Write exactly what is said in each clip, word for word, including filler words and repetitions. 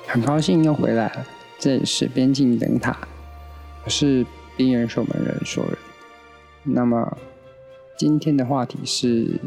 很高兴又回来了，这里是边境灯塔，我是边缘守门人索人。那么今天的话题是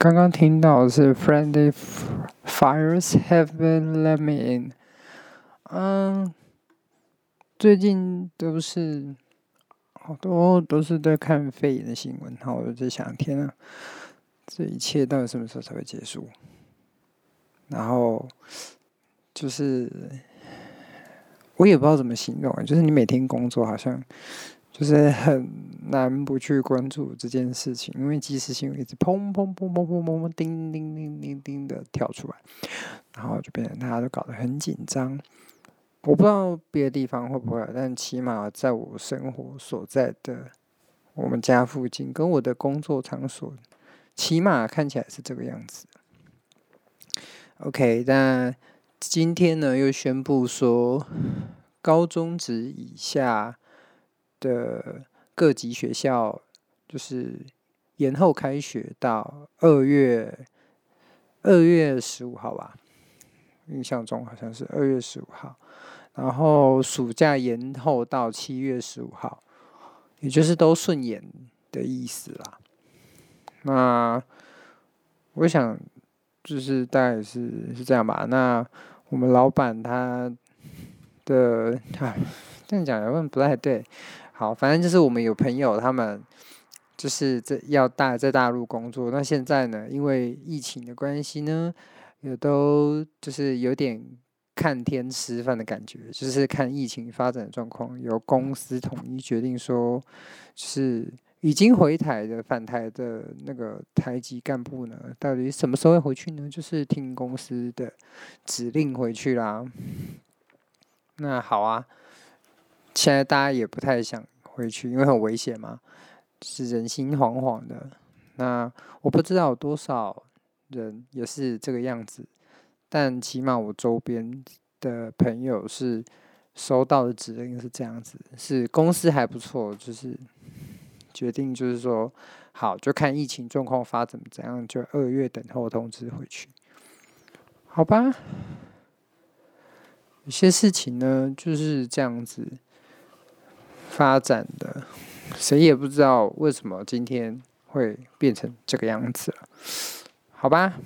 刚刚听到的是 Friendly Fires Haven't Let Me In。嗯，最近都是好多都是在看肺炎的新闻，然后我就在想，天啊，这一切到底什么时候才会结束？然后就是我也不知道怎么形容，就是你每天工作好像就是很难不去关注这件事情，因为即时新闻一直砰砰砰砰砰砰砰叮叮叮叮叮的跳出来，然后就变成大家都搞得很紧张。我不知道别的地方会不会，但起码在我生活所在的我们家附近，跟我的工作场所，起码看起来是这个样子。OK， 但今天呢又宣布说，高中职以下的各级学校就是延后开学到二月二月十五号吧，印象中好像是二月十五号。然后暑假延后到七月十五号，也就是都顺延的意思啦。那我想就是大概是是这样吧。那我们老板他的啊，这样讲有点不太对。好，反正就是我们有朋友他们就是在要大在大陆工作，那现在呢，因为疫情的关系呢，也都就是有点看天吃饭的感觉，就是看疫情发展的状况，由公司统一决定说，就是已经回台的返台的那个台籍干部呢，到底什么时候会回去呢？就是听公司的指令回去啦。那好啊，现在大家也不太想回去，因为很危险嘛，是人心惶惶的。那我不知道有多少人也是这个样子。但起码我周边的朋友是收到的指令是这样子，是公司还不错，就是决定就是说，好就看疫情状况发展怎样，就二月等候通知回去，好吧？有些事情呢就是这样子发展的，谁也不知道为什么今天会变成这个样子了，好吧？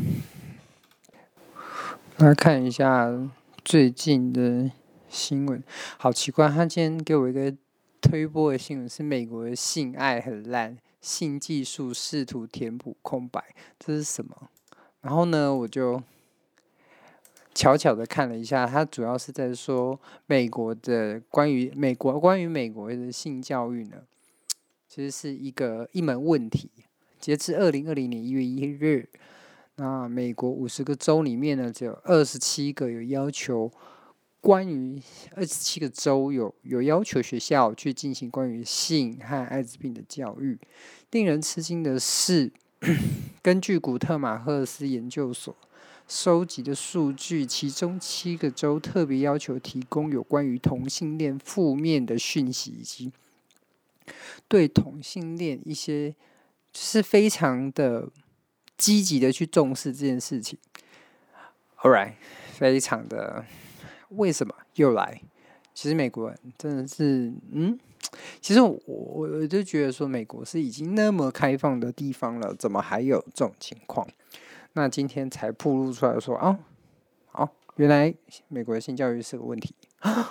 来看一下最近的新闻，好奇怪，他今天给我一个推播的新闻是美国的性爱很烂，性技术试图填补空白，这是什么？然后呢，我就悄悄的看了一下，它主要是在说美国的关于美国关于美国的性教育呢，其实是一个一门问题。截至二零二零年一月一日。那美国五十个州里面呢，只有二十七个有要求关于二十七个州有有要求学校去进行关于性和艾滋病的教育。令人吃惊的是，根据古特马赫斯研究所收集的数据，其中七个州特别要求提供有关于同性恋负面的讯息，以及对同性恋一些就是非常的积极的去重视这件事情。 Alright， 非常的为什么又来？其实美国人真的是嗯，其实我我就觉得说美国是已经那么开放的地方了，怎么还有这种情况？那今天才暴露出来说啊，好，原来美国的性教育是个问题。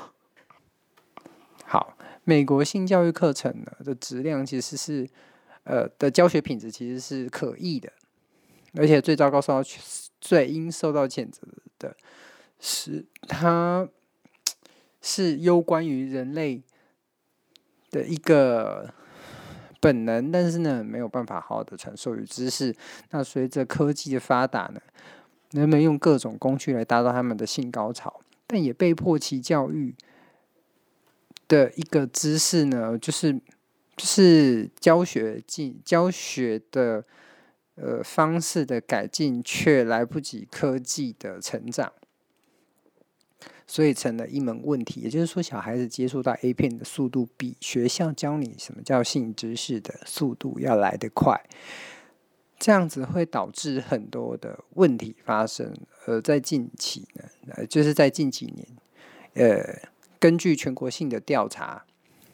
好，美国性教育课程呢的质量其实是呃的教学品质其实是可疑的。而且最糟糕、受到最应受到谴责的是，它是攸关于人类的一个本能，但是呢，没有办法好好的传授与知识。那随着科技的发达呢，人们用各种工具来达到他们的性高潮，但也被迫其教育的一个知识呢，就是就是教学进教学的。呃，方式的改进却来不及科技的成长，所以成了一门问题。也就是说，小孩子接触到 A 片的速度比学校教你什么叫性知识的速度要来得快，这样子会导致很多的问题发生。而在近期呢，呃，就是在近几年，呃，根据全国性的调查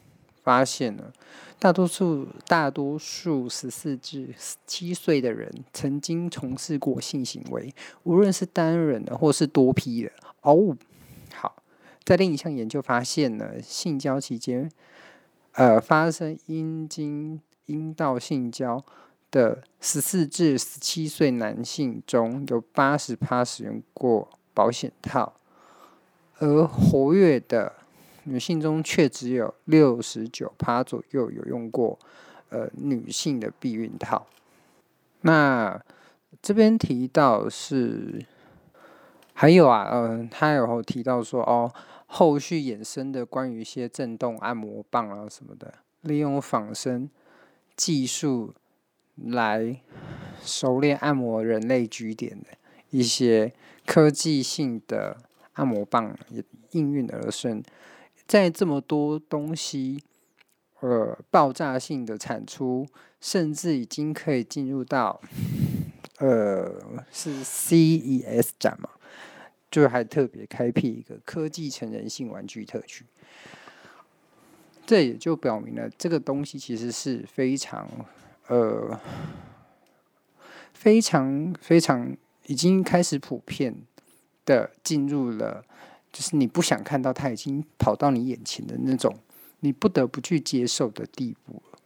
发现呢，大多数大多数十四至十七岁的人曾经从事过性行为，无论是单人的或是多批的。哦，好，在另一项研究发现呢，性交期间，呃，发生阴茎阴道性交的十四至十七岁男性中有八十趴使用过保险套，而活跃的女性中却只有六十九趴左右有用过呃女性的避孕套。那这边提到是还有啊，呃，他有提到说哦，后续衍生的关于一些震动按摩棒啊什么的，利用仿生技术来熟练按摩人类据点的一些科技性的按摩棒也应运而生。在这么多东西呃爆炸性的产出，甚至已经可以进入到呃是 C E S 展嘛，就还特别开辟一个科技成人性玩具特区。这也就表明了这个东西其实是非常呃非常非常已经开始普遍的进入了，就是你不想看到它已经跑到你眼前的那种，你不得不去接受的地步了。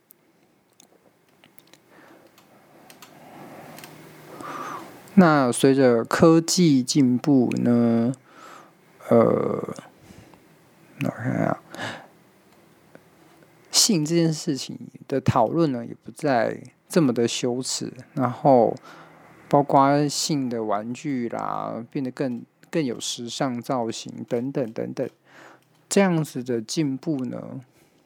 那随着科技进步呢，呃，我看啊，性这件事情的讨论呢，也不再这么的羞耻，然后包括性的玩具啦，变得更更有时尚造型等等等等，这样子的进步呢，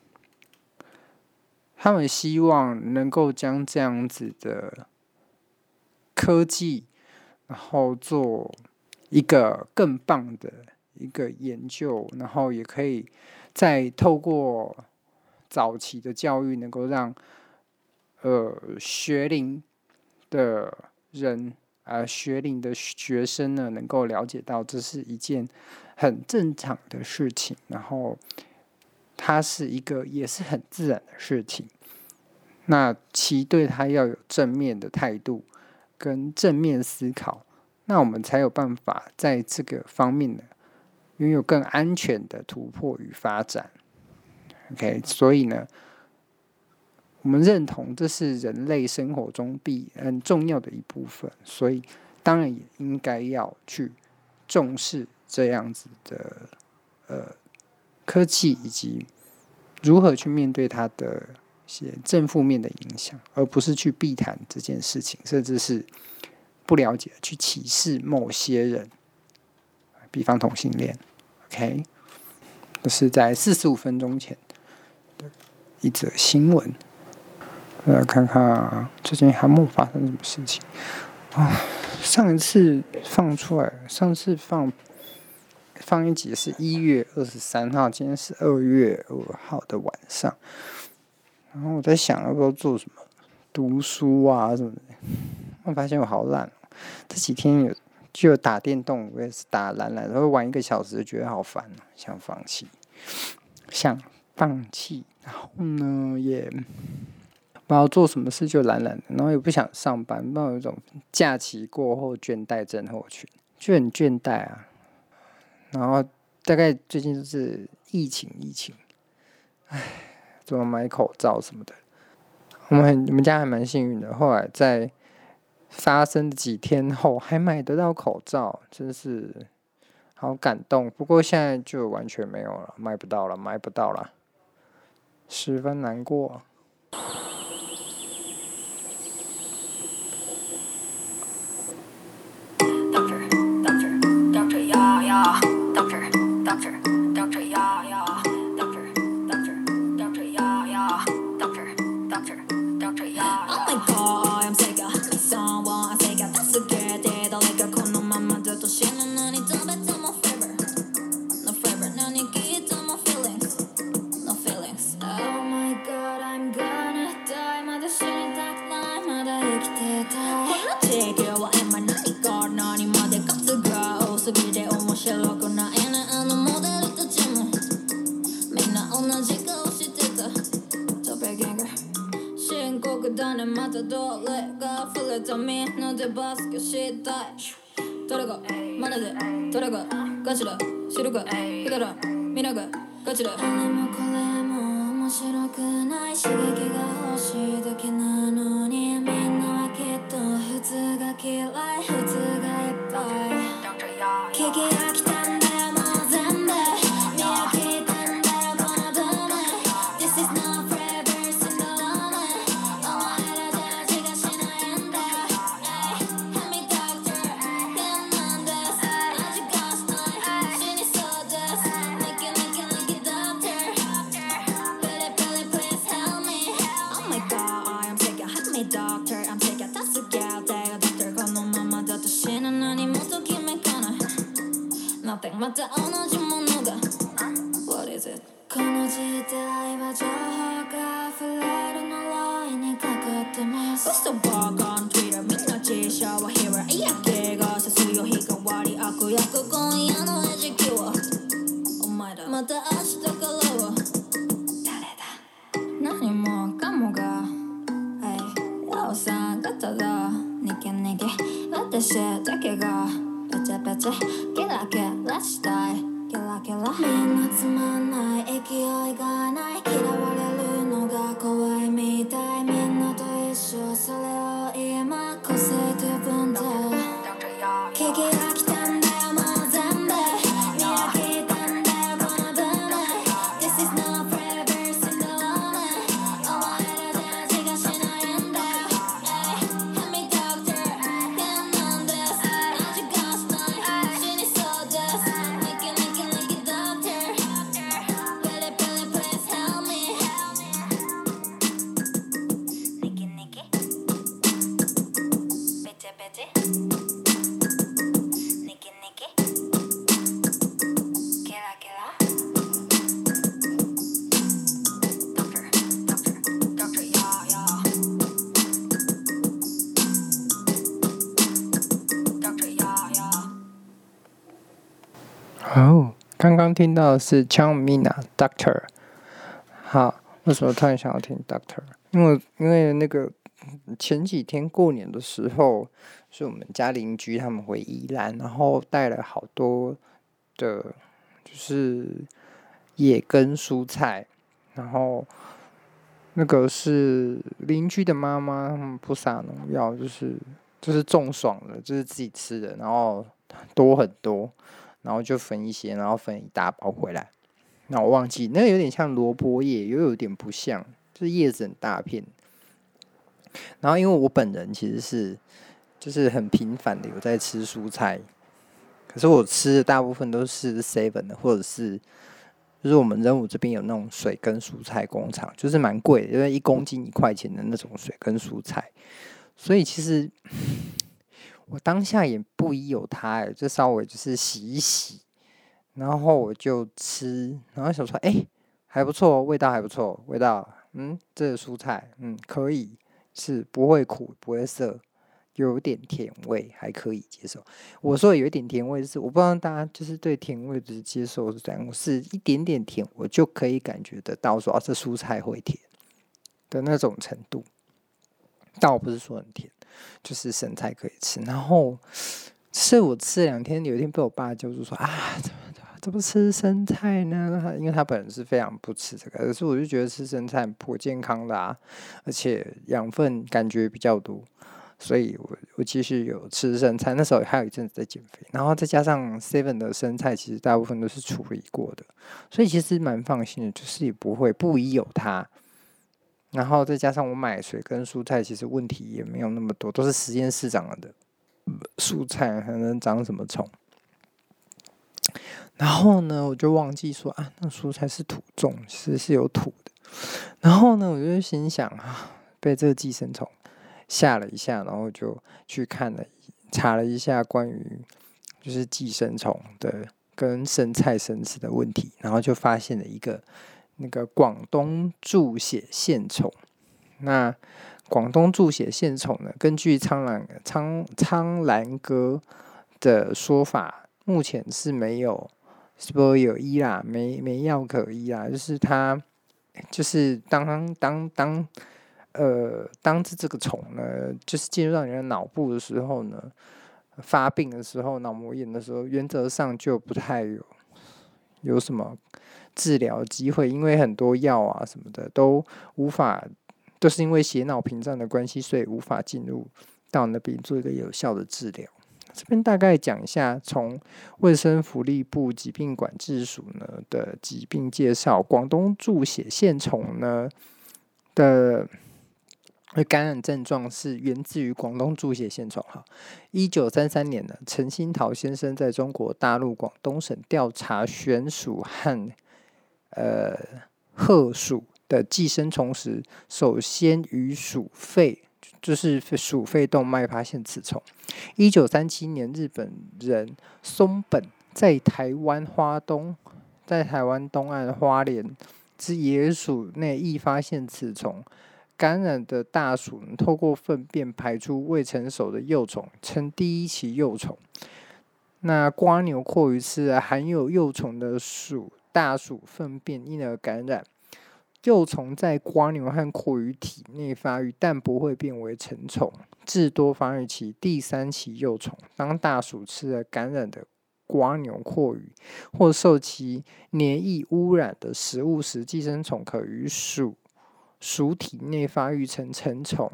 他们希望能够将这样子的科技，然后做一个更棒的一个研究，然后也可以再透过早期的教育，能够让呃学龄的人啊、呃、学龄的学生呢，能够了解到这是一件很正常的事情，然后它是一个也是很自然的事情。那其对它要有正面的态度跟正面思考，那我们才有办法在这个方面呢拥有更安全的突破与发展。OK， 所以呢，我们认同这是人类生活中必很重要的一部分，所以当然也应该要去重视这样子的呃科技，以及如何去面对它的一些正负面的影响，而不是去避谈这件事情，甚至是不了解去歧视某些人，比方同性恋。OK， 这是在四十五分钟前的一则新闻。来看看最近韩幕发生什么事情啊？上一次放出来，上次放放一集是一月二十三号，今天是二月二号的晚上。然后我在想要不要做什么读书啊什么的，我发现我好懒哦。这几天有就有打电动，我也是打懒懒，然后玩一个小时，觉得好烦哦，想放弃，想放弃。然后呢，也不知道做什么事就懒懒的，然后也不想上班，不知道有一种假期过后倦怠症候群，就很倦怠啊。然后大概最近就是疫情，疫情，唉。怎么买口罩什么的，我们很我们家还蛮幸运的。后来在发生几天后，还买得到口罩，真是好感动。不过现在就完全没有了，买不到了，买不到了，十分难过。 だねまたどれが触れたみんなでバスケしたいどれがマネでどれがガチだ知るかいくら皆がガチだあれもこれも面白くない刺激が欲しいだけなのにみんなはきっと普通が嫌い普通がいっぱい聞き飽きたんだよもう全部見飽きたんだよこのブーム This is not forever syndrome お前らじゃ味がしないんだよ Help me doctor 変なんです味がしない死にそうです Nicky Nicky Nicky doctor Pretty pretty please help me Oh my god I'm sick help me doctor I'm sick 助け合うてよ doctor このままだと死ぬ何もときめかない Nothing また同じものが What is it この時代は情報が溢れる呪いにかかってます What's the bug on Twitter みんな自称はヒーロー嫌気がさすよ日替わり悪役今夜の餌食はお前だまた明日からは誰だ何もかもが Hey ようさんがただニキニキ私だけがペチペチキラキラしたいキラキラみんなつまんない勢いがない嫌われるのが怖いみたいみんなと一緒それを今個性と呼ぶんだ聞き飽きたんだよもう全部見飽きたんだよこのブーム This is not forever syndrome お前らじゃ味がしないんだよ Help me doctor 変なんです味がしない死にそうです Nicky Nicky Nicky doctor Pretty pretty please help me Nicky Nicky Bitchy bitchy Nicky Nicky Killa Killa Doctor Doctor Doctor Yeah Yeah Doctor Yeah Yeah 好，刚刚听到的是 Chang Mina Doctor。好，为什么突然想要听 Doctor？ 因为因为那个前几天过年的时候，是我们家邻居他们回宜兰，然后带了好多的，就是野根蔬菜，然后那个是邻居的妈妈，他们不撒农药，就是就是种爽了，就是自己吃的，然后多很多。然后就分一些，然后分一大包回来。那我忘记，那个有点像萝卜叶，又有点不像，就是叶子很大片。然后因为我本人其实是就是很频繁的有在吃蔬菜，可是我吃的大部分都是 seven 的，或者是就是我们仁武这边有那种水耕蔬菜工厂，就是蛮贵的，因为一公斤一块钱的那种水耕蔬菜，所以其实。我当下也不疑有他、欸，就稍微就是洗一洗，然后我就吃，然后想说，哎、欸，还不错，味道还不错，味道，嗯，这个蔬菜，嗯，可以，是不会苦，不会涩，有点甜味，还可以接受。我说的有一点甜味是，我不知道大家就是对甜味的接受是怎样，我是一点点甜，我就可以感觉得到说，啊，这蔬菜会甜的那种程度，但我不是说很甜。就是生菜可以吃，然后是我吃两天，有一天被我爸叫住说啊，怎么怎么吃生菜呢？因为他本人是非常不吃这个，可是我就觉得吃生菜颇健康的啊，而且养分感觉比较多，所以我我其实有吃生菜。那时候还有一阵子在减肥，然后再加上 seven 的生菜，其实大部分都是处理过的，所以其实蛮放心的，就是也不会不疑有它。然后再加上我买水跟蔬菜，其实问题也没有那么多，都是实验室长的蔬菜，还能长什么虫？然后呢，我就忘记说啊，那蔬菜是土种，其实是有土的。然后呢，我就心想啊，被这个寄生虫吓了一下，然后就去看了查了一下关于就是寄生虫的跟生菜生吃的问题，然后就发现了一个。那个广东柱血线虫，那广东柱血线虫呢？根据苍兰苍苍兰哥的说法，目前是没有，是不是有医啦？没没药可医啦，就是它就是当当当呃，当这这个虫呢，就是进入到你的脑部的时候呢，发病的时候，脑膜炎的时候，原则上就不太有有什么治疗机会，因为很多药啊什么的都无法，都是因为血脑屏障的关系，所以无法进入到那边做一个有效的治疗。这边大概讲一下，从卫生福利部疾病管制署呢的疾病介绍，广东柱血线虫呢的感染症状是源自于广东柱血线虫。哈，一九三三年呢，陈新桃先生在中国大陆广东省调查玄属和呃鹤属的寄生虫时，首先于属肺。就是属肺动脉发现此虫。一九三七年，日本人松本在台湾花东，在台湾东岸花莲之野属内亦发现此虫。感染的大鼠透过粪便排出未成熟的幼虫，称第一期幼虫。那瓜牛蛞蝓吃含有幼虫的鼠大鼠粪便，因而感染。幼虫在瓜牛和蛞蝓体内发育，但不会变为成虫，至多发育期第三期幼虫。当大鼠吃了感染的瓜牛蛞蝓或受其粘液污染的食物时，寄生虫可于鼠鼠体内发育成成虫。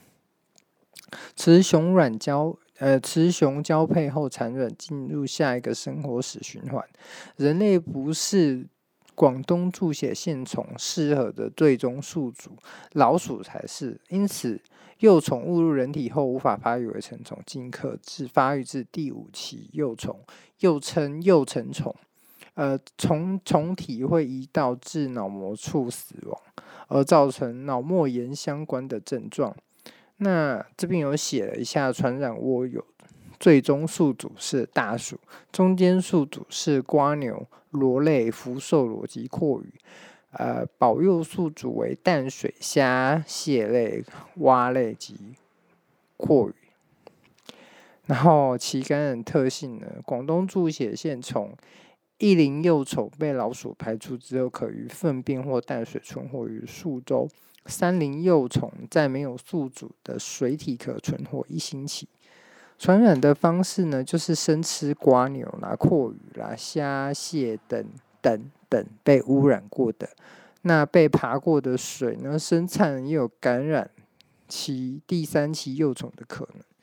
雌雄卵交呃，雌雄交配后产卵，进入下一个生活史循环。人类不是广东柱血线虫适合的最终宿主，老鼠才是。因此，幼虫误入人体后无法发育为成虫，仅可至发育至第五期幼虫，又称幼成虫。呃，虫虫体会移到至脑膜处死亡，而造成脑膜炎相关的症状。那这边有写了一下传染窝有。最终宿主是大鼠，中间宿主是瓜牛、螺类、福寿螺及蛞蝓，呃，保佑宿主为淡水虾、蟹类、蛙类及蛞蝓。然后其感染特性呢，广东柱血线虫一龄幼虫被老鼠排出之后，可于粪便或淡水存活于数周；三龄幼虫在没有宿主的水体可存活一星期。传染的方式呢，就是生吃瓜牛啦、蛞蝓啦、虾、蟹等等等被污染过的。那被爬过的水呢，生产也有感染其第三期幼虫的可能。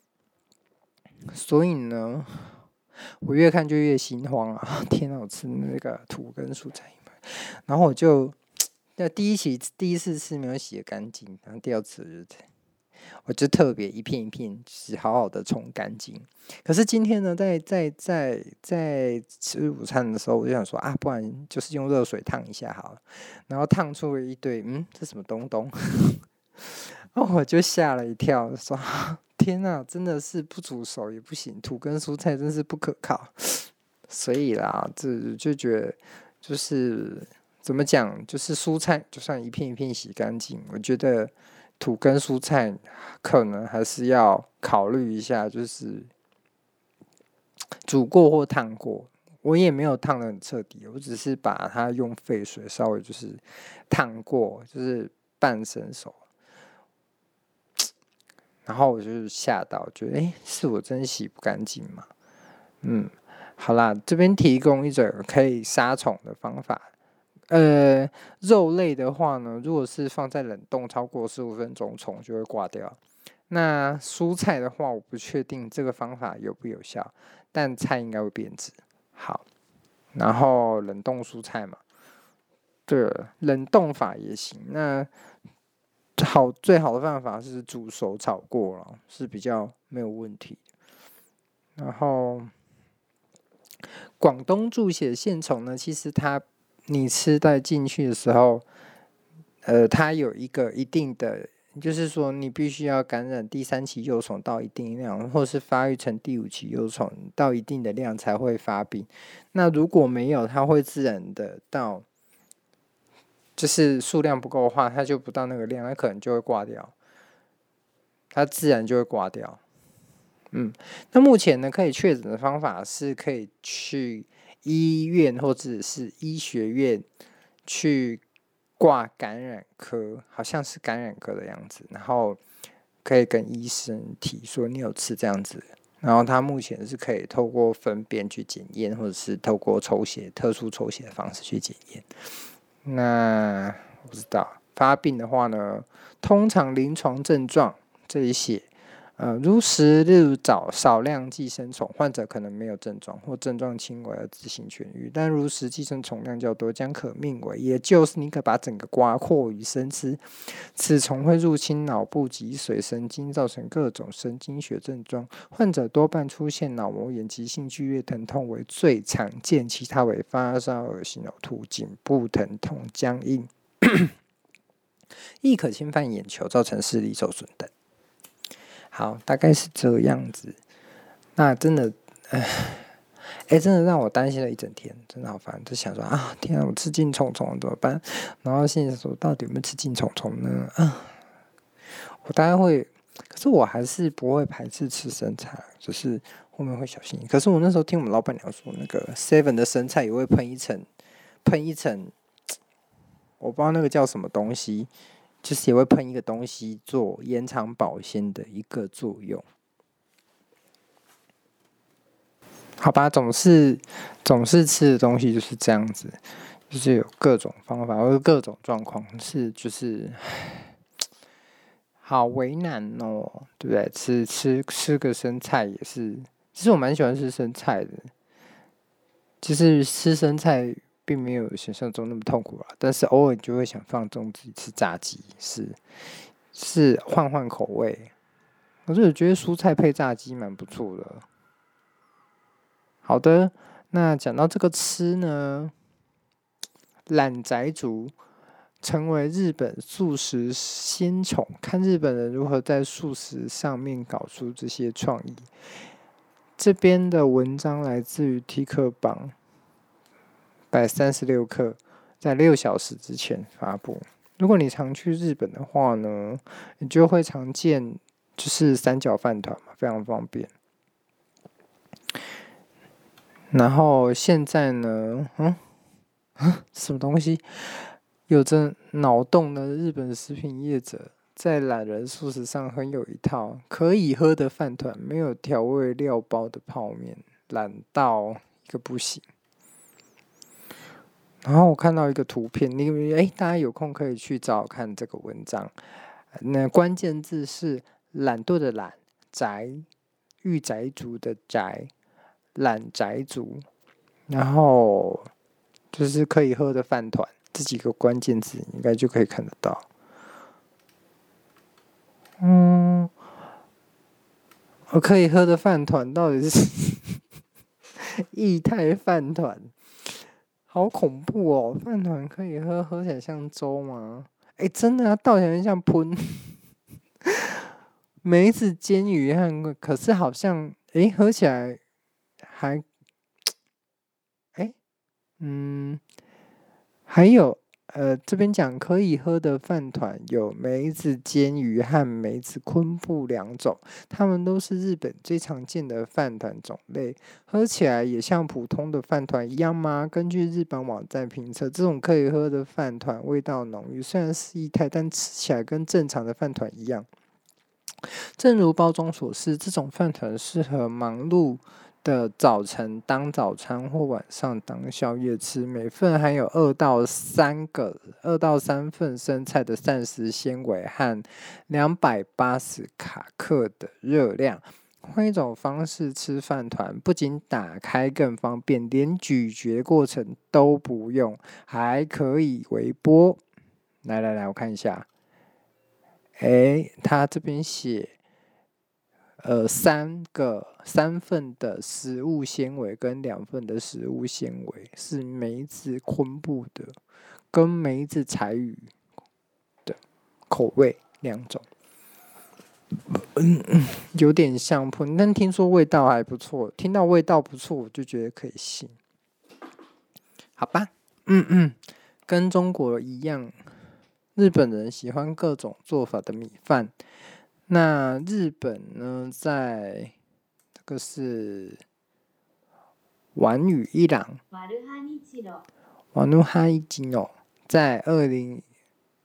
所以呢，我越看就越心慌啊！天哪，我吃那个土跟蔬菜，然后我就那第一期第一次吃没有洗得干净，然后第二次就。我就特别一片一片，就是好好的冲干净。可是今天呢，在在在在吃午餐的时候，我就想说啊，不然就是用热水烫一下好了。然后烫出了一堆，嗯，这什么东东？然后我就吓了一跳，说天哪，真的是不煮熟也不行，土跟蔬菜真是不可靠。所以啦，这就觉得就是怎么讲，就是蔬菜就算一片一片洗干净，我觉得。土跟蔬菜可能还是要考虑一下，就是煮过或烫过。我也没有烫得很彻底，我只是把它用沸水稍微就是烫过，就是半生熟。然后我就吓到，觉得哎，是我真洗不干净吗？嗯，好啦，这边提供一种可以杀虫的方法。呃，肉类的话呢，如果是放在冷冻超过十五分钟，虫就会挂掉。那蔬菜的话，我不确定这个方法有不有效，但菜应该会变质。好，然后冷冻蔬菜嘛，对了，冷冻法也行。那好，最好的办法是煮熟炒过了，是比较没有问题。然后广东柱血线虫呢，其实它。你吃带进去的时候，呃，它有一个一定的，就是说你必须要感染第三期幼虫到一定量，或是发育成第五期幼虫到一定的量才会发病。那如果没有，它会自然的到，就是数量不够的话，它就不到那个量，它可能就会挂掉，它自然就会挂掉。嗯，那目前呢，可以确诊的方法是可以去。医院或者是医学院去挂感染科，好像是感染科的样子，然后可以跟医生提说你有吃这样子，然后他目前是可以透过粪便去检验，或者是透过抽血特殊抽血的方式去检验。那我不知道发病的话呢，通常临床症状这里写呃，如食日早少量寄生虫，患者可能没有症状或症状轻微而自行痊愈，但如食寄生虫量较多，将可命为，也就是你可把整个瓜扩与生吃。此虫会入侵脑部脊髓神经，造成各种神经学症状，患者多半出现脑膜炎、急性剧烈疼痛为最常见，其他为发烧、恶心、呕吐、颈部疼痛、僵硬，亦可侵犯眼球，造成视力受损等。好，大概是这样子。那真的，哎、欸，真的让我担心了一整天，真的好烦。就想说啊，天啊，我吃进虫虫怎么办？然后心里说，到底有没有吃进虫虫呢？啊，我大概会，可是我还是不会排斥吃生菜，只是后面会小心。可是我那时候听我们老板娘说，那个 Seven 的生菜也会喷一层，喷一层，我不知道那个叫什么东西。就是也会喷一个东西做延长保鲜的一个作用，好吧，总是总是吃的东西就是这样子，就是有各种方法或者各种状况，是就是好为难哦，对不对？吃吃吃个生菜也是，其实我蛮喜欢吃生菜的，就是吃生菜并没有想象中那么痛苦啦，但是偶尔就会想放纵自己吃炸鸡，是是换换口味。可是我觉得蔬菜配炸鸡蛮不错的。好的，那讲到这个吃呢，懒宅族成为日本素食先宠，看日本人如何在素食上面搞出这些创意。这边的文章来自于 T 克榜。一百三十六克，在六小时之前发布。如果你常去日本的话呢，你就会常见就是三角饭团嘛，非常方便。然后现在呢，嗯，什么东西？有着脑洞的日本食品业者在懒人素食上很有一套，可以喝的饭团，没有调味料包的泡面，懒到一个不行。然后我看到一个图片，你哎，大家有空可以去找看这个文章。那关键字是懒惰的懒，宅，御宅族的宅，懒宅族。然后就是可以喝的饭团，这几个关键字应该就可以看得到。嗯，我可以喝的饭团到底是液态饭团。好恐怖哦！饭团可以喝，喝起来像粥吗？哎、欸，真的啊，倒起来像喷。梅子煎鱼和，可是好像哎、欸，喝起来还哎、欸，嗯，还有呃，这边讲可以喝的饭团有梅子煎鱼和梅子昆布两种，它们都是日本最常见的饭团种类。喝起来也像普通的饭团一样吗？根据日本网站评测，这种可以喝的饭团味道浓郁，虽然是液态，但吃起来跟正常的饭团一样。正如包装所示，这种饭团适合忙碌的早晨当早餐或晚上当宵夜吃，每份含有二到三个二到三份生菜的膳食纤维和两百八十卡克的热量。换一种方式吃饭团，不仅打开更方便，连咀嚼过程都不用，还可以微波。来来来，我看一下。哎，他这边写。呃，三个三份的食物纤维跟两份的食物纤维是梅子昆布的，跟梅子柴鱼的口味两种，嗯嗯，有点像喷，但听说味道还不错，听到味道不错，我就觉得可以信，好吧，嗯嗯，跟中国一样，日本人喜欢各种做法的米饭。那日本呢，在这个是丸宇一郎，丸哈一吉诺，在二零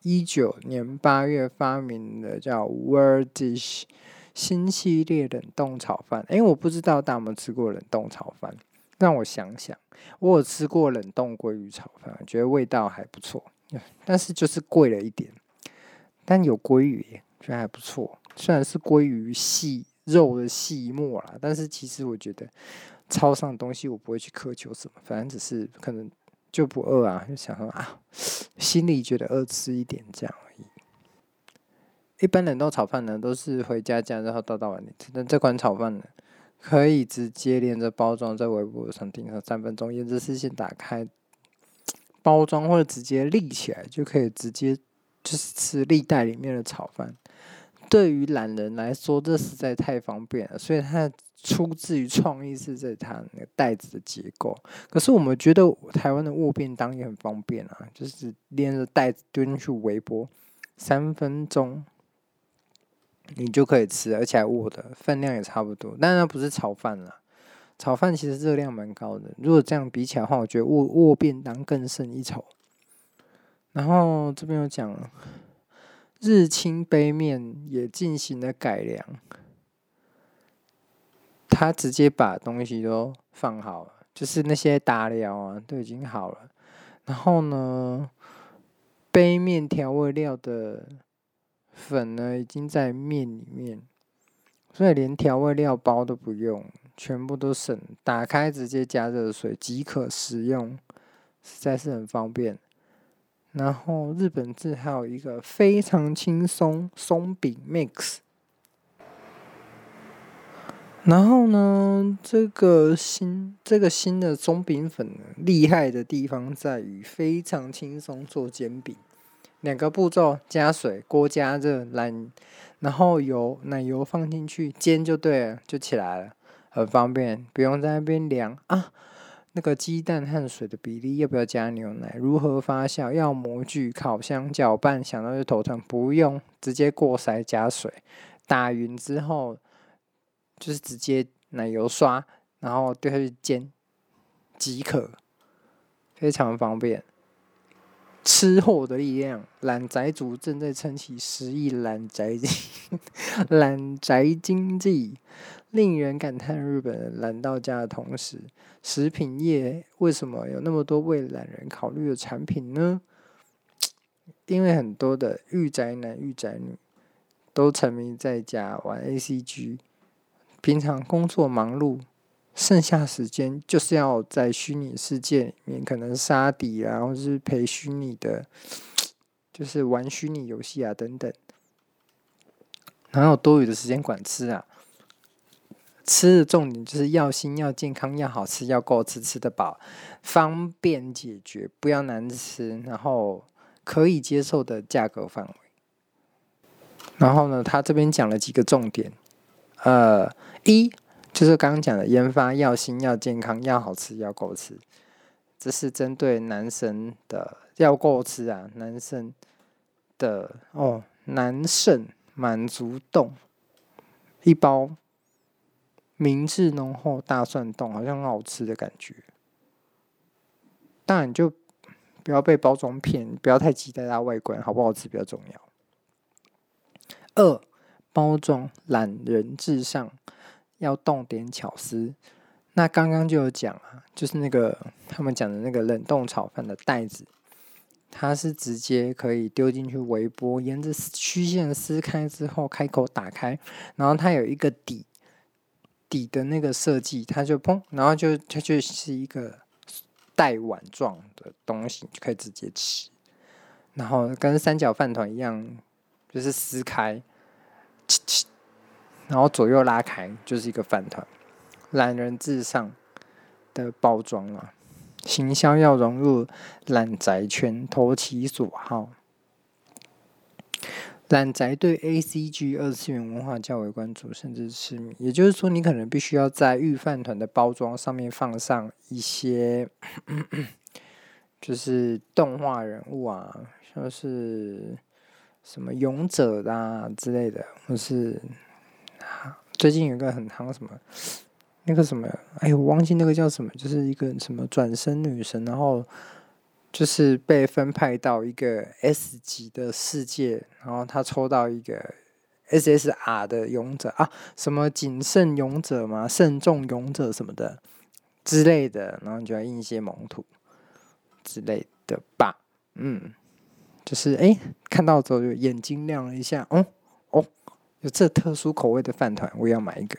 一九年八月发明的叫 World Dish 新系列冷冻炒饭。诶，我不知道大家有没有吃过冷冻炒饭？让我想想，我有吃过冷冻鲑鱼炒饭，我觉得味道还不错，但是就是贵了一点。但有鲑鱼耶，觉得还不错。虽然是鲑鱼细肉的细末啦，但是其实我觉得超商的东西我不会去苛求什么，反正只是可能就不饿啊，就想说啊，心里觉得饿吃一点这样而已。一般冷冻炒饭呢，都是回家加热后倒到碗里吃，但这款炒饭呢，可以直接连着包装在微波上叮上三分钟，沿着视线打开包装或者直接立起来，就可以直接就是吃历袋里面的炒饭。对于懒人来说，这实在太方便了，所以它出自于创意是在它那个袋子的结构。可是我们觉得台湾的握便当也很方便啊，就是连着袋子丢进去微波三分钟。你就可以吃，而且还握的分量也差不多，但那不是炒饭啦。炒饭其实热量蛮高的，如果这样比起来的话，我觉得握握便当更胜一筹。然后这边有讲，日清杯面也进行了改良，他直接把东西都放好了，就是那些打料啊都已经好了。然后呢，杯面调味料的粉呢已经在面里面，所以连调味料包都不用，全部都省，打开直接加热水即可食用，实在是很方便。然后日本字还有一个非常轻松松饼 mix。然后呢，这个新这个新的松饼粉呢，厉害的地方在于非常轻松做煎饼。两个步骤：加水，锅加热，然然后油奶油放进去煎就对了，就起来了，很方便，不用在那边量啊。那个鸡蛋和水的比例要不要加牛奶？如何发酵？要模具、烤箱、搅拌，想到就头疼。不用，直接过筛加水，打匀之后就是直接奶油刷，然后丢下去煎即可，非常方便。吃货的力量，懒宅族正在撑起十亿懒宅懒宅经济，令人感叹日本人懒到家的同时，食品业为什么有那么多为懒人考虑的产品呢？因为很多的御宅男、御宅女都沉迷在家玩 A C G， 平常工作忙碌。剩下时间就是要在虚拟世界里面，可能杀敌啊，或是陪虚拟的，就是玩虚拟游戏啊等等。哪有多余的时间管吃啊？吃的重点就是要新、要健康、要好吃、要够吃、吃得饱，方便解决，不要难吃，然后可以接受的价格范围。然后呢，他这边讲了几个重点，呃，一。就是刚刚讲的研发要新、要健康、要好吃、要够吃，这是针对男生的要够吃啊，男生的哦，男生满足冻一包，明治浓厚大蒜冻，好像很好吃的感觉。当然就不要被包装骗，不要太期待它外观好不好吃比较重要。二，包装懒人至上。要动点巧思，那刚刚就有讲啊，就是那个他们讲的那个冷冻炒饭的袋子，它是直接可以丢进去微波，沿着曲线撕开之后，开口打开，然后它有一个底底的那个设计，它就砰，然后就它就是一个带碗状的东西，就可以直接吃，然后跟三角饭团一样，就是撕开，嘁嘁然后左右拉开就是一个饭团，懒人至上的包装啊，行销要融入懒宅圈，投其所好。懒宅对 A C G 二次元文化较为关注，甚至痴迷。也就是说，你可能必须要在御饭团的包装上面放上一些，就是动画人物啊，像是什么勇者啊之类的，或是。最近有一个很夯什么，那个什么，哎，我忘记那个叫什么，就是一个什么转身女神，然后就是被分派到一个 S 级的世界，然后他抽到一个 S S R 的勇者啊，什么谨慎勇者嘛，慎重勇者什么的之类的，然后你就要印一些蒙图之类的吧，嗯，就是哎，看到之后就眼睛亮了一下，哦哦，有这特殊口味的饭团，我也要买一个。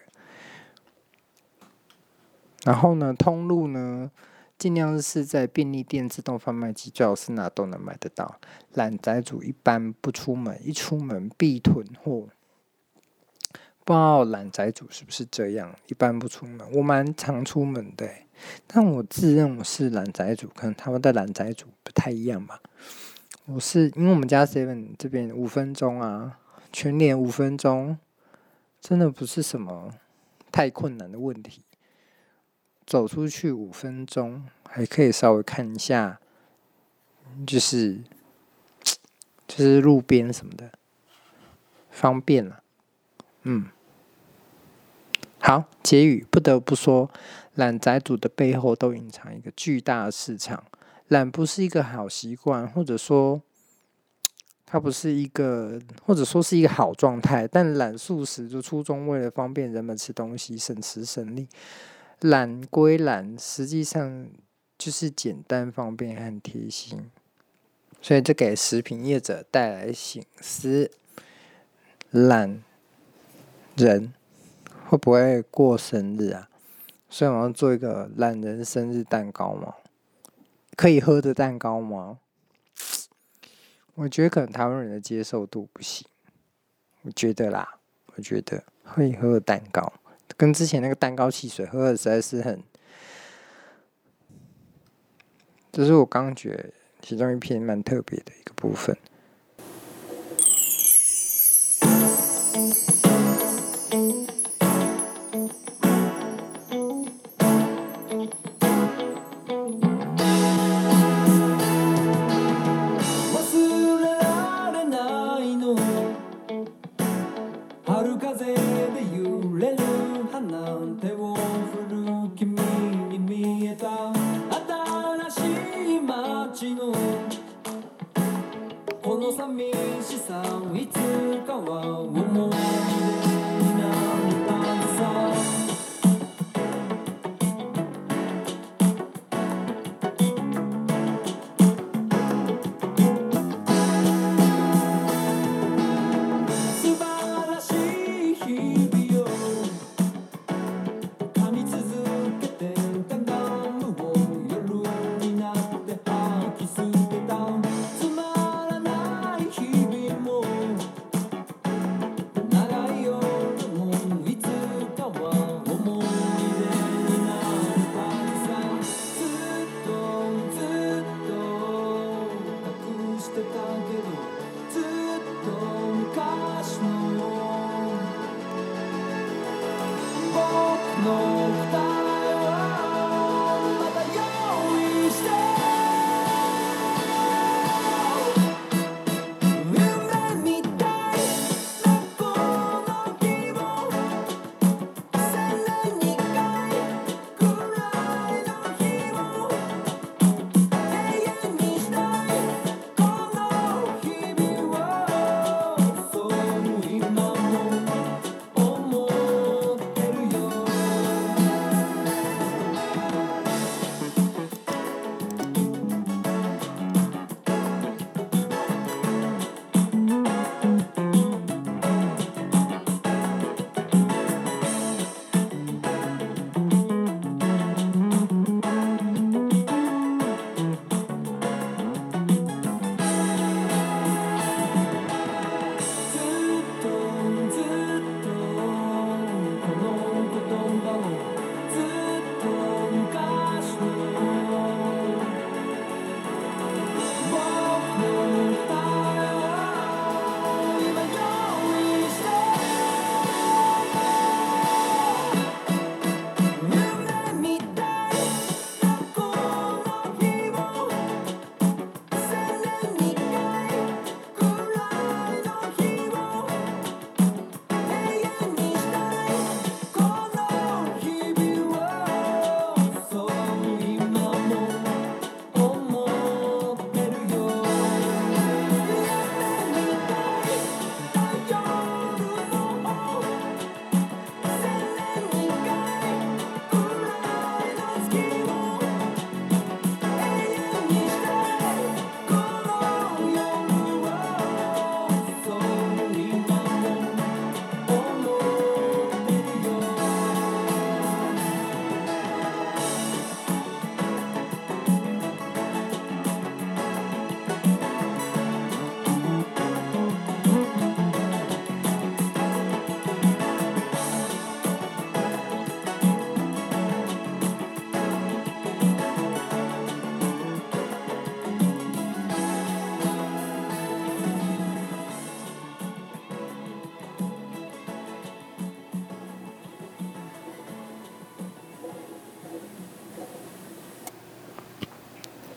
然后呢，通路呢，尽量是在便利店、自动贩卖机、最好是哪都能买得到。懒宅主一般不出门，一出门必囤货。不知道懒宅主是不是这样？一般不出门，我蛮常出门的，但我自认我是懒宅主，可能他们的懒宅主不太一样吧。我是因为我们家 seven 这边五分钟啊，全联五分钟，真的不是什么太困难的问题。走出去五分钟，还可以稍微看一下，就是就是路边什么的，方便了。嗯，好，结语不得不说，懒宅主的背后都隐藏一个巨大的市场。懒不是一个好习惯，或者说它不是一个，或者说是一个好状态。但懒素食就初衷为了方便人们吃东西，省时省力。懒归懒，实际上就是简单、方便和贴心，所以这给食品业者带来省思：懒人会不会过生日啊？所以我要做一个懒人生日蛋糕吗？可以喝的蛋糕吗？我觉得可能台湾人的接受度不行，我觉得啦，我觉得可以喝的蛋糕。跟之前那个蛋糕汽水喝的实在是很，这是我刚刚觉得其中一篇蛮特别的一个部分。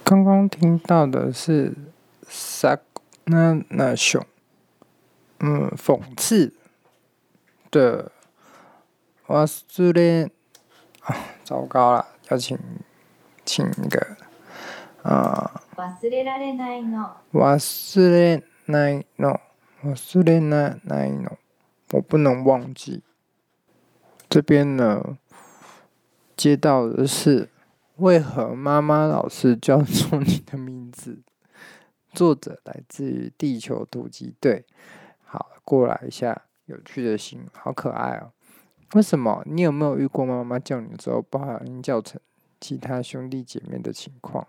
刚刚听到的是萨那那熊，嗯，讽刺的忘れ啊，糟糕了，要请请那个啊， 忘れられないの， 忘れないの，忘れないの，我不能忘记。这边呢，接到的是为何妈妈老是叫错你的名字？作者来自于地球突击队。好，过来一下有趣的新闻，好可爱哦。为什么？你有没有遇过妈妈叫你的时候不小心叫成其他兄弟姐妹的情况？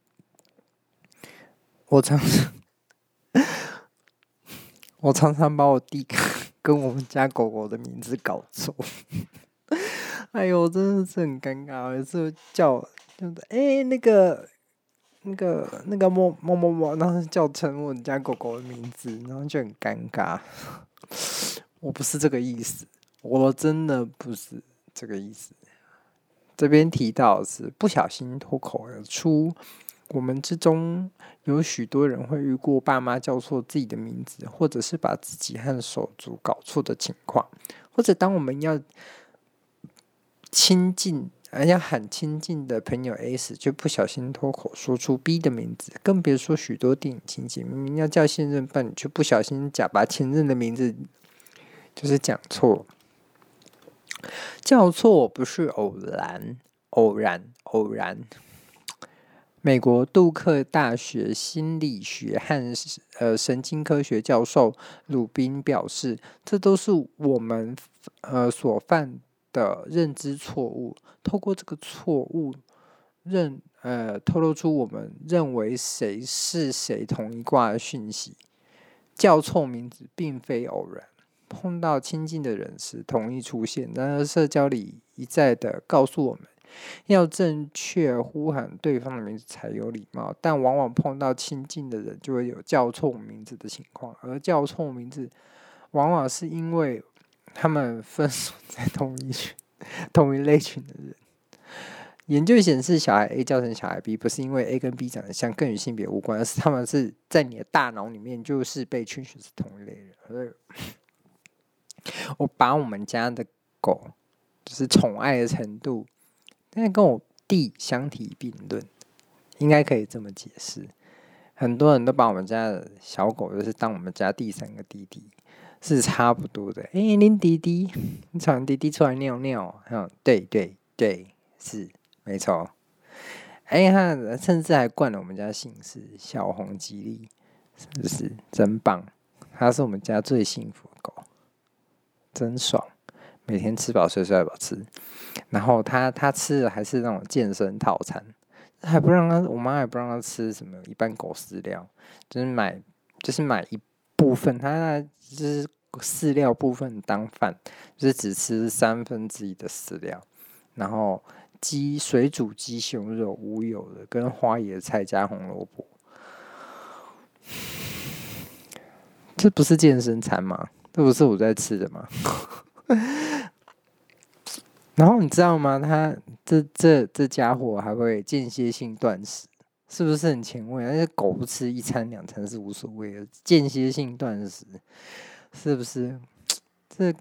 我常常，我常常把我弟跟我们家狗狗的名字搞错。哎呦，真的是很尴尬，有时候叫，就是哎、欸、那个。那个那个某某某某，然后叫成我们家狗狗的名字，然后就很尴尬。我不是这个意思，我真的不是这个意思。这边提到的是不小心脱口而出，我们之中有许多人会遇过爸妈叫错自己的名字，或者是把自己和手足搞错的情况，或者当我们要亲近。要喊亲近的朋友 A 时，就不小心脱口说出 B 的名字，更别说许多电影情节，明明要叫现任伴侣，却不小心假把前任的名字就是讲错。叫错不是偶然，偶然，偶然。美国杜克大学心理学和呃神经科学教授鲁宾表示，这都是我们呃所犯的认知错误。透过这个错误认呃透露出我们认为谁是谁同一卦的讯息。叫错名字并非偶然，碰到亲近的人时容易出现。然而社交里一再的告诉我们，要正确呼喊对方的名字才有礼貌，但往往碰到亲近的人就会有叫错名字的情况，而叫错名字往往是因为他们分属在同一群。同一类群的人，研究显示，小孩 A 叫成小孩 B， 不是因为 A 跟 B 长得像，更与性别无关，而是他们是在你的大脑里面就是被圈选是同一类人。所以，我把我们家的狗就是宠爱的程度，但是跟我弟相提并论，应该可以这么解释。很多人都把我们家的小狗就是当我们家第三个弟弟。是差不多的，哎、欸，林弟弟，你常弟弟出来尿尿，嗯，对对对，是没错。哎、欸，他甚至还冠了我们家姓氏小红吉利，是不是真棒？他是我们家最幸福的狗，真爽，每天吃饱睡睡饱吃。然后他他吃的还是那种健身套餐，还不让他，我妈还不让他吃什么一般狗饲料，就是买就是买一部分，他就是饲料部分当饭，就是只吃三分之一的饲料，然后鸡水煮鸡胸肉无油的，跟花椰菜加红萝卜，这不是健身餐吗？这不是我在吃的吗？然后你知道吗？他这这这家伙还会间歇性断食，是不是很前卫？而且狗不吃一餐两餐是无所谓的，间歇性断食。是不是？这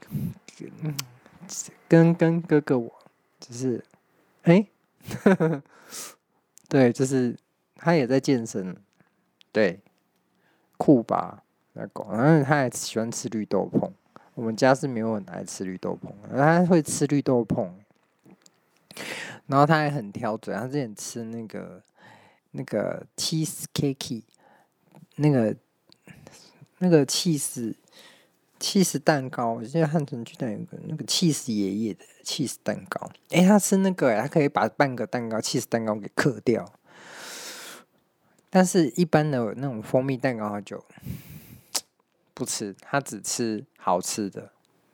跟跟哥哥我就是，哎、欸，对，就是他也在健身，对，酷吧那狗，然后他还喜欢吃绿豆椪。我们家是没有很爱吃绿豆椪，他会吃绿豆椪，然后他还很挑嘴，他之前吃那个那个 cheese cake， 那个那个 cheese。起司蛋糕，我记得汉城巨蛋有个那个起司爷爷的起司蛋糕，哎、欸，他吃那个、欸，他可以把半个蛋糕起司蛋糕给嗑掉，但是一般的那种蜂蜜蛋糕他就不吃，他只吃好吃的。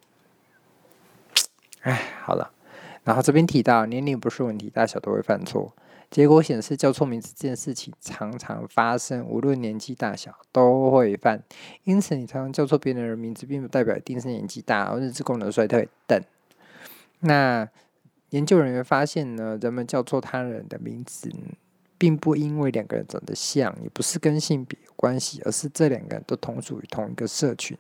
哎，好了，然后这边提到年龄不是问题，大小都会犯错。结果显示，叫错名字这件事情常常发生，无论年纪大小都会犯。因此，你常常叫错别人的名字，并不代表一定是年纪大或认知功能衰退等。那研究人员发现呢，人们叫错他人的名字， 并不因为两个人长得像，也不是跟性别有关系，而是这两个人都同属于同一个社群。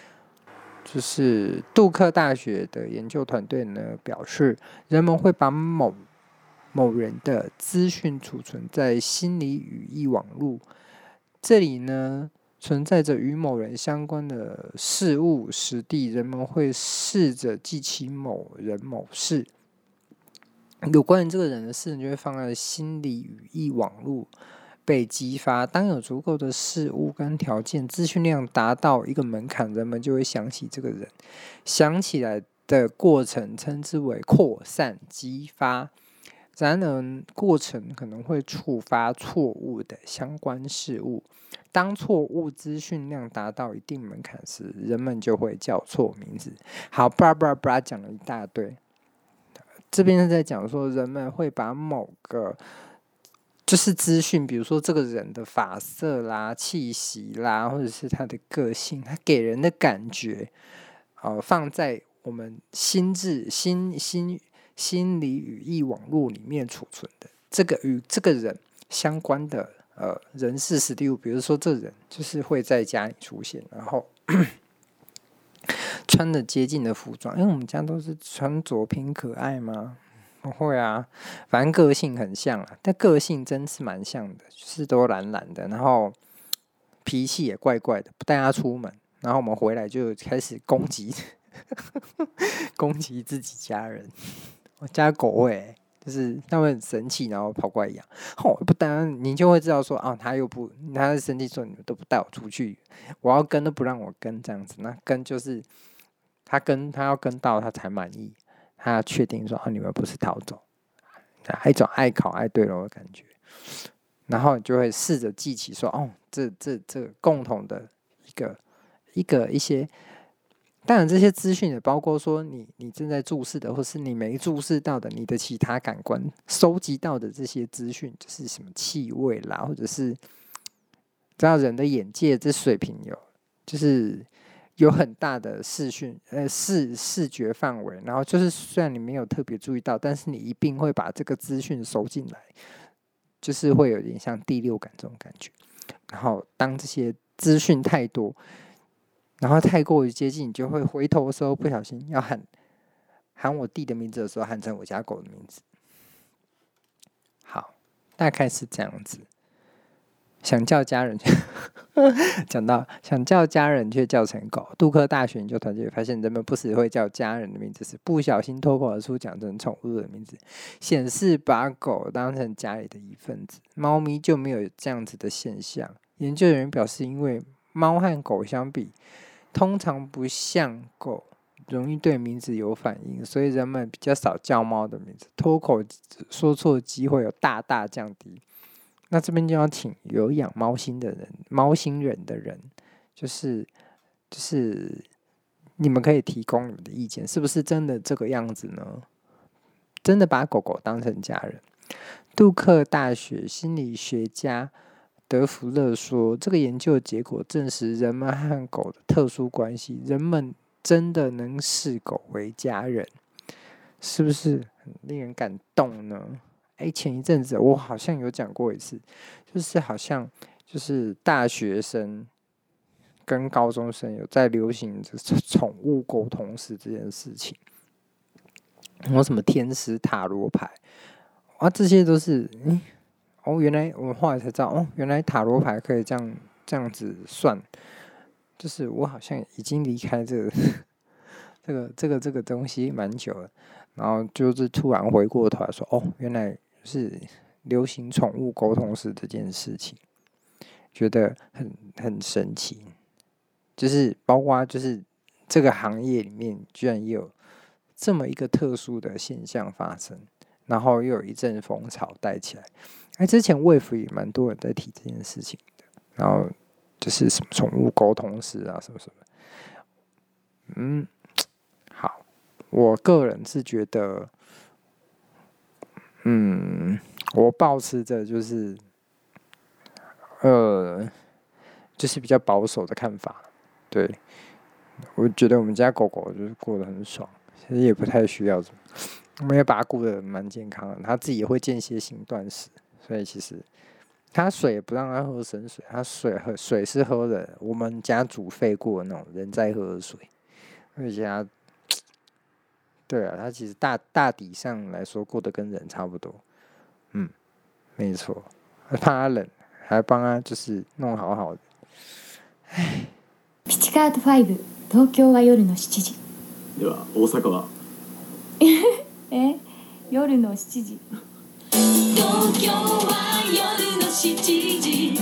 就是杜克大学的研究团队呢表示，人们会把某某人的资讯储存在心理语义网络，这里呢存在着与某人相关的事物实地，人们会试着记起某人某事。有关于这个人的事，就会放在心理语义网络被激发。当有足够的事物跟条件，资讯量达到一个门槛，人们就会想起这个人。想起来的过程称之为扩散激发。然而，过程可能会触发错误的相关事物。当错误资讯量达到一定门槛时，人们就会叫错名字。好，巴拉巴拉巴拉讲了一大堆。这边是在讲说，人们会把某个就是资讯，比如说这个人的发色啦、气息啦，或者是他的个性，他给人的感觉，呃，放在我们心智、心心心理语义网络里面储存的这个与这个人相关的呃人事实地物，比如说这人就是会在家里出现，然后穿的接近的服装，因为我们家都是穿着偏可爱吗？不会啊，反正个性很像啊，但个性真是蛮像的，就是都懒懒的，然后脾气也怪怪的，不带他出门，然后我们回来就开始攻击攻击自己家人。我家狗会、欸，就是他会很生气，然后跑过来养。哦，不然你就会知道说，啊，他又不，他在生气说你们都不带我出去，我要跟都不让我跟这样子。那跟就是他跟他要跟到他才满意，他确定说，啊，你们不是逃走，一种爱考爱对了的感觉。然后你就会试着记起说，哦，这这这共同的一个一个一些。当然，这些资讯也包括说你你正在注视的，或是你没注视到的，你的其他感官收集到的这些资讯，就是什么气味啦，或者是知道人的眼界这水平有，就是有很大的视讯呃视视觉范围，然后就是虽然你没有特别注意到，但是你一定会把这个资讯收进来，就是会有点像第六感这种感觉。然后当这些资讯太多。然后太过于接近，你就会回头的时候不小心要喊喊我弟的名字的时候，喊成我家狗的名字。好，大概是这样子。想叫家人讲到想叫家人却叫成狗。杜克大学研究团队发现，人们不时会叫家人的名字时，不小心脱口而出讲成宠物的名字，显示把狗当成家里的一份子。猫咪就没有这样子的现象。研究人员表示，因为猫和狗相比，通常不像狗容易对名字有反应，所以人们比较少叫猫的名字，脱口说错的机会有大大降低。那这边就要请有养猫星的人、猫星人的人，就是就是你们可以提供你们的意见，是不是真的这个样子呢？真的把狗狗当成家人？杜克大学心理学家德弗勒说，这个研究结果证实人们和狗的特殊关系，人们真的能视狗为家人，是不是很令人感动呢？哎，前一阵子我好像有讲过一次，就是好像就是大学生跟高中生有在流行宠物沟通师这件事情，有什么天使塔罗牌啊，这些都是嗯。哦，原来我后来才知道，哦，原来塔罗牌可以这样这样子算，就是我好像已经离开这个这个这个这个东西蛮久了，然后就是突然回过头来说，哦，原来是流行宠物沟通师这件事情，觉得很很神奇，就是包括就是这个行业里面居然也有这么一个特殊的现象发生，然后又有一阵风潮带起来。哎，之前 Wave 也蛮多人在提这件事情的，然后就是什么宠物沟通师啊，什么什么，嗯，好，我个人是觉得，嗯，我抱持着就是，呃，就是比较保守的看法，对，我觉得我们家狗狗就是过得很爽，其实也不太需要什么，我们也把它顾得蛮健康的，它自己也会间歇性断食。 所以其实他水不让他喝生水，他水喝水是喝的我们家煮沸过的那种人在喝的水，而且他，对啊，他其实大大体上来说过得跟人差不多，嗯，没错，怕他冷，还帮他就是弄好好的，唉。 ピチカートファイブ、東京は夜のしちじ。 では大阪はえ、夜のしちじ。東京は夜のしちじ。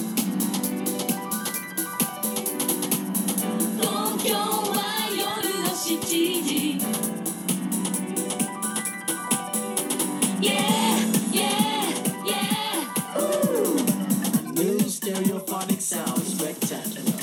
東京は夜のしちじ。Yeah, yeah, yeah. Ooh. New stereophonic sound spectacular.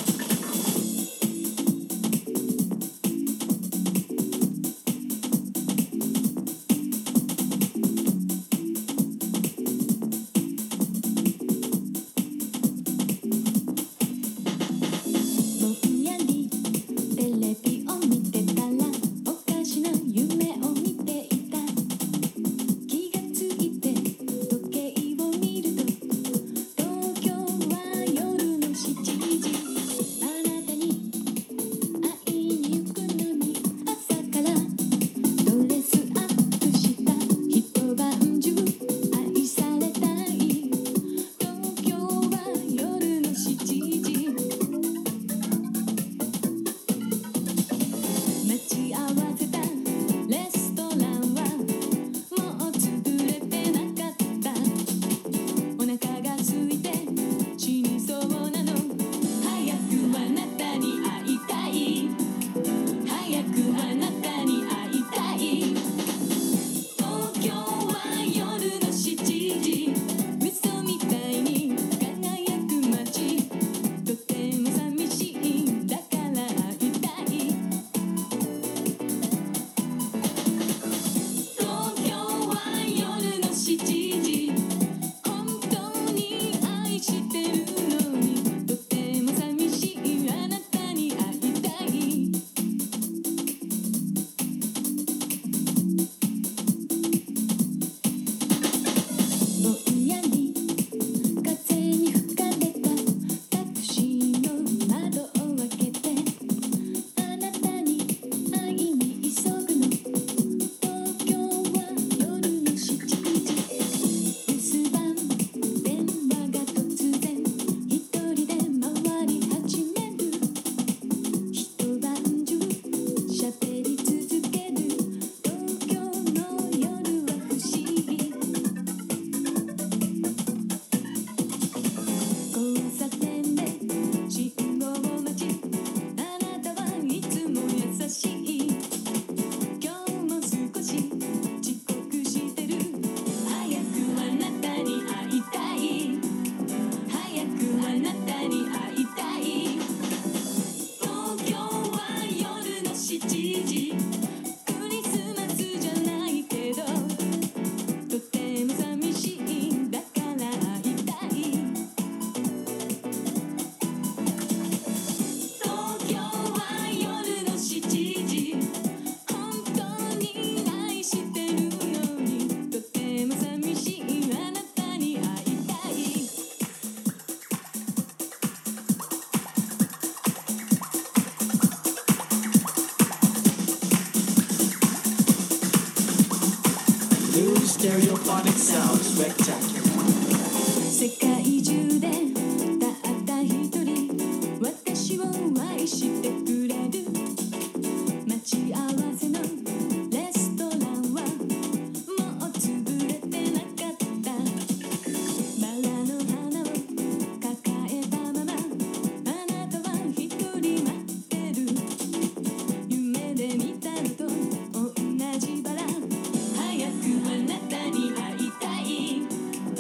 Stereophonic sound spectacular. 世界中でたった一人私を愛してくれる待ち合わせのレストランはもう潰れてなかったバラの花を抱えたままあなたは一人待ってる夢で見たのと同じバラ早くあなたに会いたい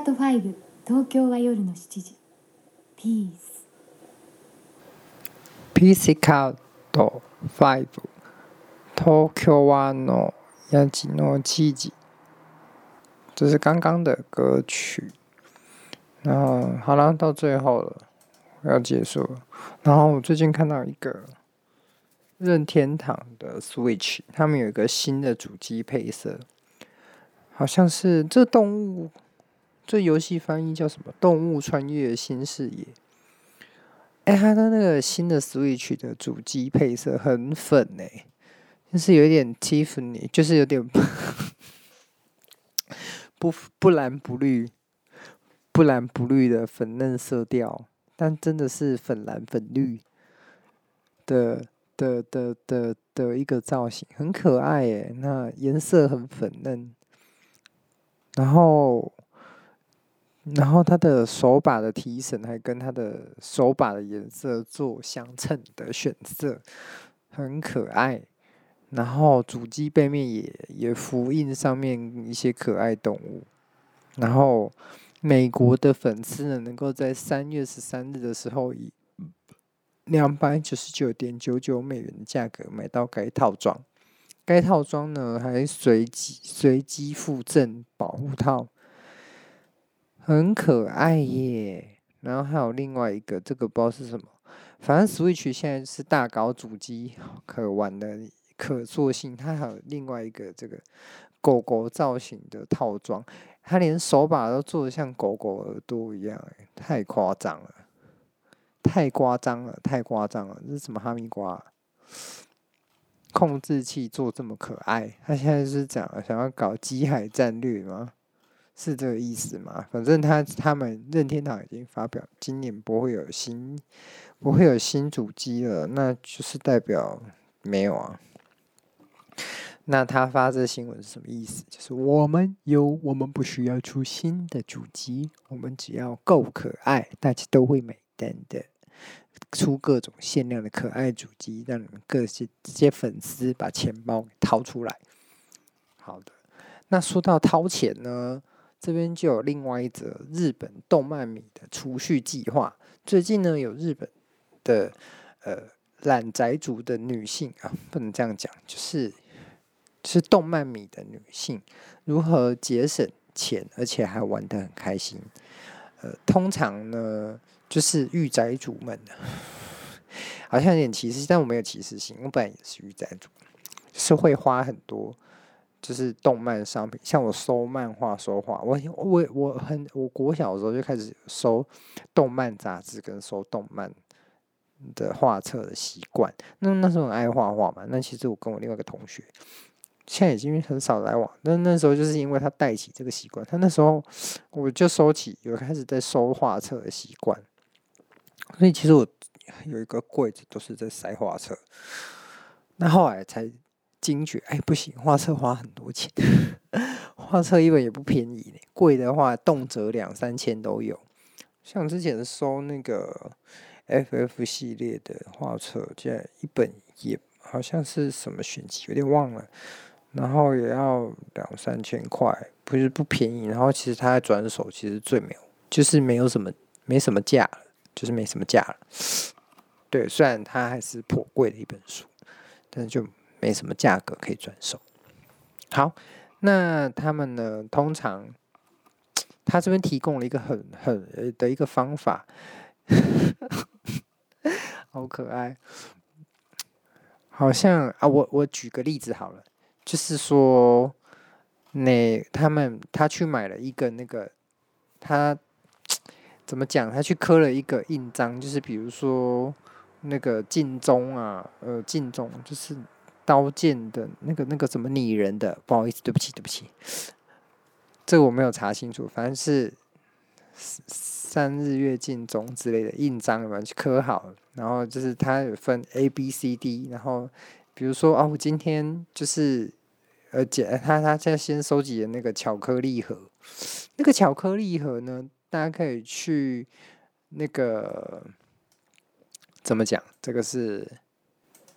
ートファイブ東京は夜のしちじピースピースカードファイブ東京湾の夜の七時，这是刚刚的歌曲。然后好了，到最后了，要结束了。然后我最近看到一个任天堂的 Switch， 他们有一个新的主机配色，好像是这动物，这游戏翻译叫什么？动物穿越新视野。哎、欸，它的那个新的 Switch 的主机配色很粉哎、欸，就是有点 Tiffany， 就是有点不不蓝不绿、不蓝不绿的粉嫩色调，但真的是粉蓝粉绿的的的的的一个造型，很可爱耶。那颜色很粉嫩，然后。然后它的手把的提绳还跟它的手把的颜色做相称的选色，很可爱。然后主机背面也也复印上面一些可爱动物。然后美国的粉丝呢，能够在三月十三日的时候以两百九十九点九九美元的价格买到该套装。该套装呢还随机随机附赠保护套。很可爱耶，然后还有另外一个，这个不知道是什么，反正 Switch 现在是大搞主机可玩的可塑性，它还有另外一个这个狗狗造型的套装，它连手把都做得像狗狗耳朵一样，太夸张了，太夸张了，太夸张了，这是什么哈密瓜、啊？控制器做这么可爱，他现在是讲想要搞机海战略吗？是这个意思吗？反正他他们任天堂已经发表，今年不会有新不会有新主机了，那就是代表没有啊。那他发这新闻是什么意思？就是我们有，我们不需要出新的主机，我们只要够可爱，大家都会买单的。出各种限量的可爱主机，让你们各些这些粉丝把钱包掏出来。好的，那说到掏钱呢？这边就有另外一则日本动漫迷的储蓄计划。最近呢，有日本的呃懒宅族的女性啊，不能这样讲，就是是动漫迷的女性如何节省钱，而且还玩得很开心。呃，通常呢，就是御宅族们，好像有点歧视，但我没有歧视性，我本来也是御宅族，是会花很多。就是动漫商品，像我收漫画、收画，我我我很我国小的时候就开始收动漫杂志跟收动漫的画册的习惯。那那时候很爱画画嘛，那其实我跟我另外一个同学，现在已经很少来往。但那时候就是因为他带起这个习惯，他那时候我就收起有开始在收画册的习惯，所以其实我有一个柜子都是在塞画册。那后来才。惊觉，哎，不行，画册花很多钱，画册一本也不便宜呢，贵的话动辄两三千都有。像之前收那个 F F 系列的画册，现在一本也好像是什么选集，有点忘了，然后也要两三千块，不是不便宜。然后其实它在转手，其实最没有，就是没有什么没什么价了，就是没什么价了。对，虽然它还是颇贵的一本书，但是就。没什么价格可以转手。好，那他们呢？通常他这边提供了一个很很的一个方法，好可爱。好像啊，我我举个例子好了，就是说，那他们他去买了一个那个，他怎么讲？他去刻了一个印章，就是比如说那个镜中啊，呃，镜中就是。刀剑的那个那个怎么拟人的，不好意思，对不起，对不起，这个我没有查清楚，反正是三日月镜中之类的印章，有没有去刻好？然后就是它有分 A B C D， 然后比如说哦，我今天就是呃，他他现在先收集的那个巧克力盒，那个巧克力盒呢，大家可以去那个怎么讲？这个是。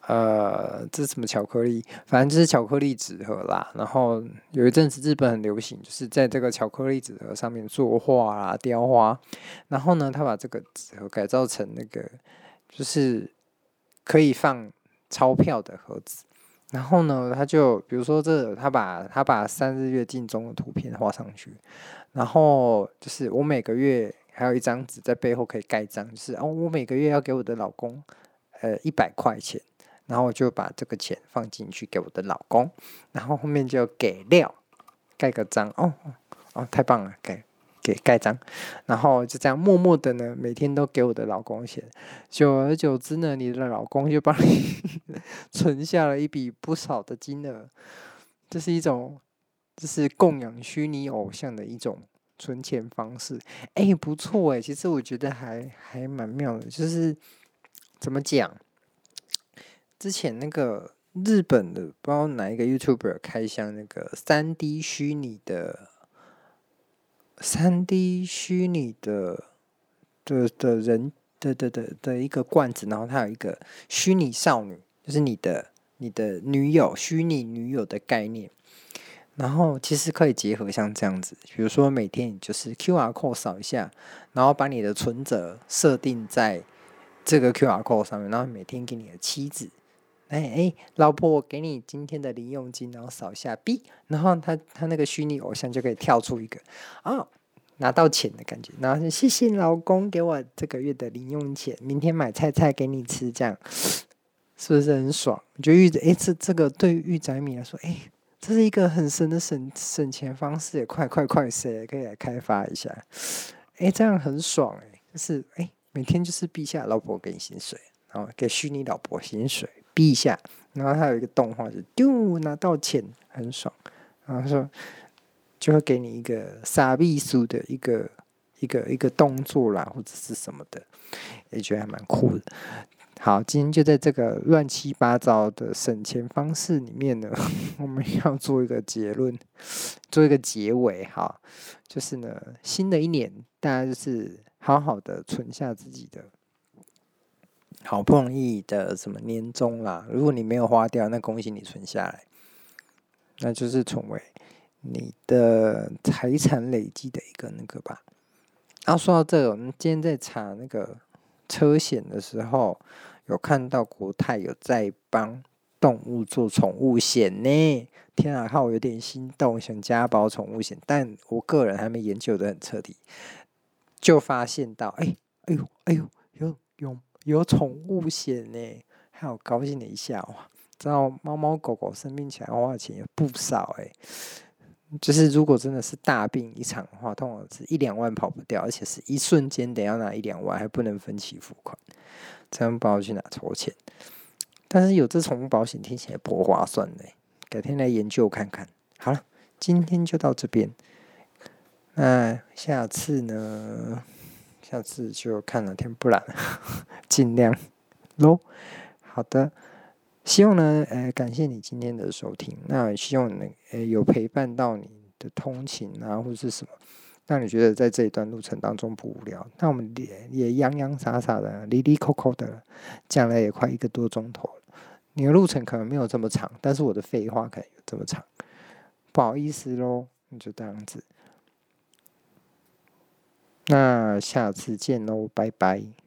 呃，这是什么巧克力？反正就是巧克力纸盒啦。然后有一阵子日本很流行，就是在这个巧克力纸盒上面作画啊、雕花。然后呢，他把这个纸盒改造成那个，就是可以放钞票的盒子。然后呢，他就比如说这，他把他把三日月镜中的图片画上去。然后就是我每个月还有一张纸在背后可以盖章，就是哦，我每个月要给我的老公呃一百块钱。然后我就把这个钱放进去给我的老公，然后后面就给料，盖个章，哦哦，太棒了，给给盖章，然后就这样默默的呢，每天都给我的老公钱，久而久之呢，你的老公就帮你存下了一笔不少的金额，这是一种就是供养虚拟偶像的一种存钱方式，哎，不错哎，其实我觉得还还蛮妙的，就是怎么讲？之前那个日本的不知道哪一个 YouTuber 开箱那个三 D 虚拟的三 D 虚拟的的的人的的的的一个罐子，然后它有一个虚拟少女，就是你的你的女友虚拟女友的概念。然后其实可以结合像这样子，比如说每天你就是 Q R code 扫一下，然后把你的存折设定在这个 Q R code 上面，然后每天给你的妻子。哎哎，老婆，我给你今天的零用金，然后扫一下 B， 然后他他那个虚拟偶像就可以跳出一个啊、哦，拿到钱的感觉，然后谢谢老公给我这个月的零用钱，明天买菜菜给你吃，这样是不是很爽？我觉得玉哎这这个对于玉仔米来说，哎，这是一个很神的省省钱方式，快快快，谁也可以来开发一下？哎，这样很爽哎，就是哎每天就是陛下老婆给你薪水，然后给虚拟老婆薪水。逼一下，然后还有一个动画，就丢拿到钱，很爽。然后说就会给你一个傻逼书的一个一个一个动作啦，或者是什么的，也觉得还蛮酷的。好，今天就在这个乱七八糟的省钱方式里面呢，我们要做一个结论，做一个结尾。哈，就是呢，新的一年大家就是好好的存下自己的。好不容易的什么年终啦，如果你没有花掉，那恭喜你存下来，那就是成为你的财产累积的一个那个吧。然后说到这个，我们今天在查那个车险的时候，有看到国泰有在帮动物做宠物险呢。天啊，看我有点心动，想加保宠物险，但我个人还没研究的很彻底，就发现到，哎，哎呦，哎呦，有有。有宠物险呢，还有高兴了一下哇！知道猫猫狗狗生病起来花的钱也不少哎，就是如果真的是大病一场的话，通常是一两万跑不掉，而且是一瞬间得要拿一两万，还不能分期付款，这样不知道去哪筹钱。但是有这宠物保险听起来颇划算的，改天来研究看看。好了，今天就到这边，那下次呢？下次就看哪天不然尽量咯。好的，希望呢，呃，感谢你今天的收听。那希望呢，呃，有陪伴到你的通勤啊，或者是什么，让你觉得在这一段路程当中不无聊。那我们也也洋洋洒洒的、哩哩扣扣的讲了也快一个多钟头了。你的路程可能没有这么长，但是我的废话可能有这么长，不好意思咯，那就这样子。那下次见喽，拜拜。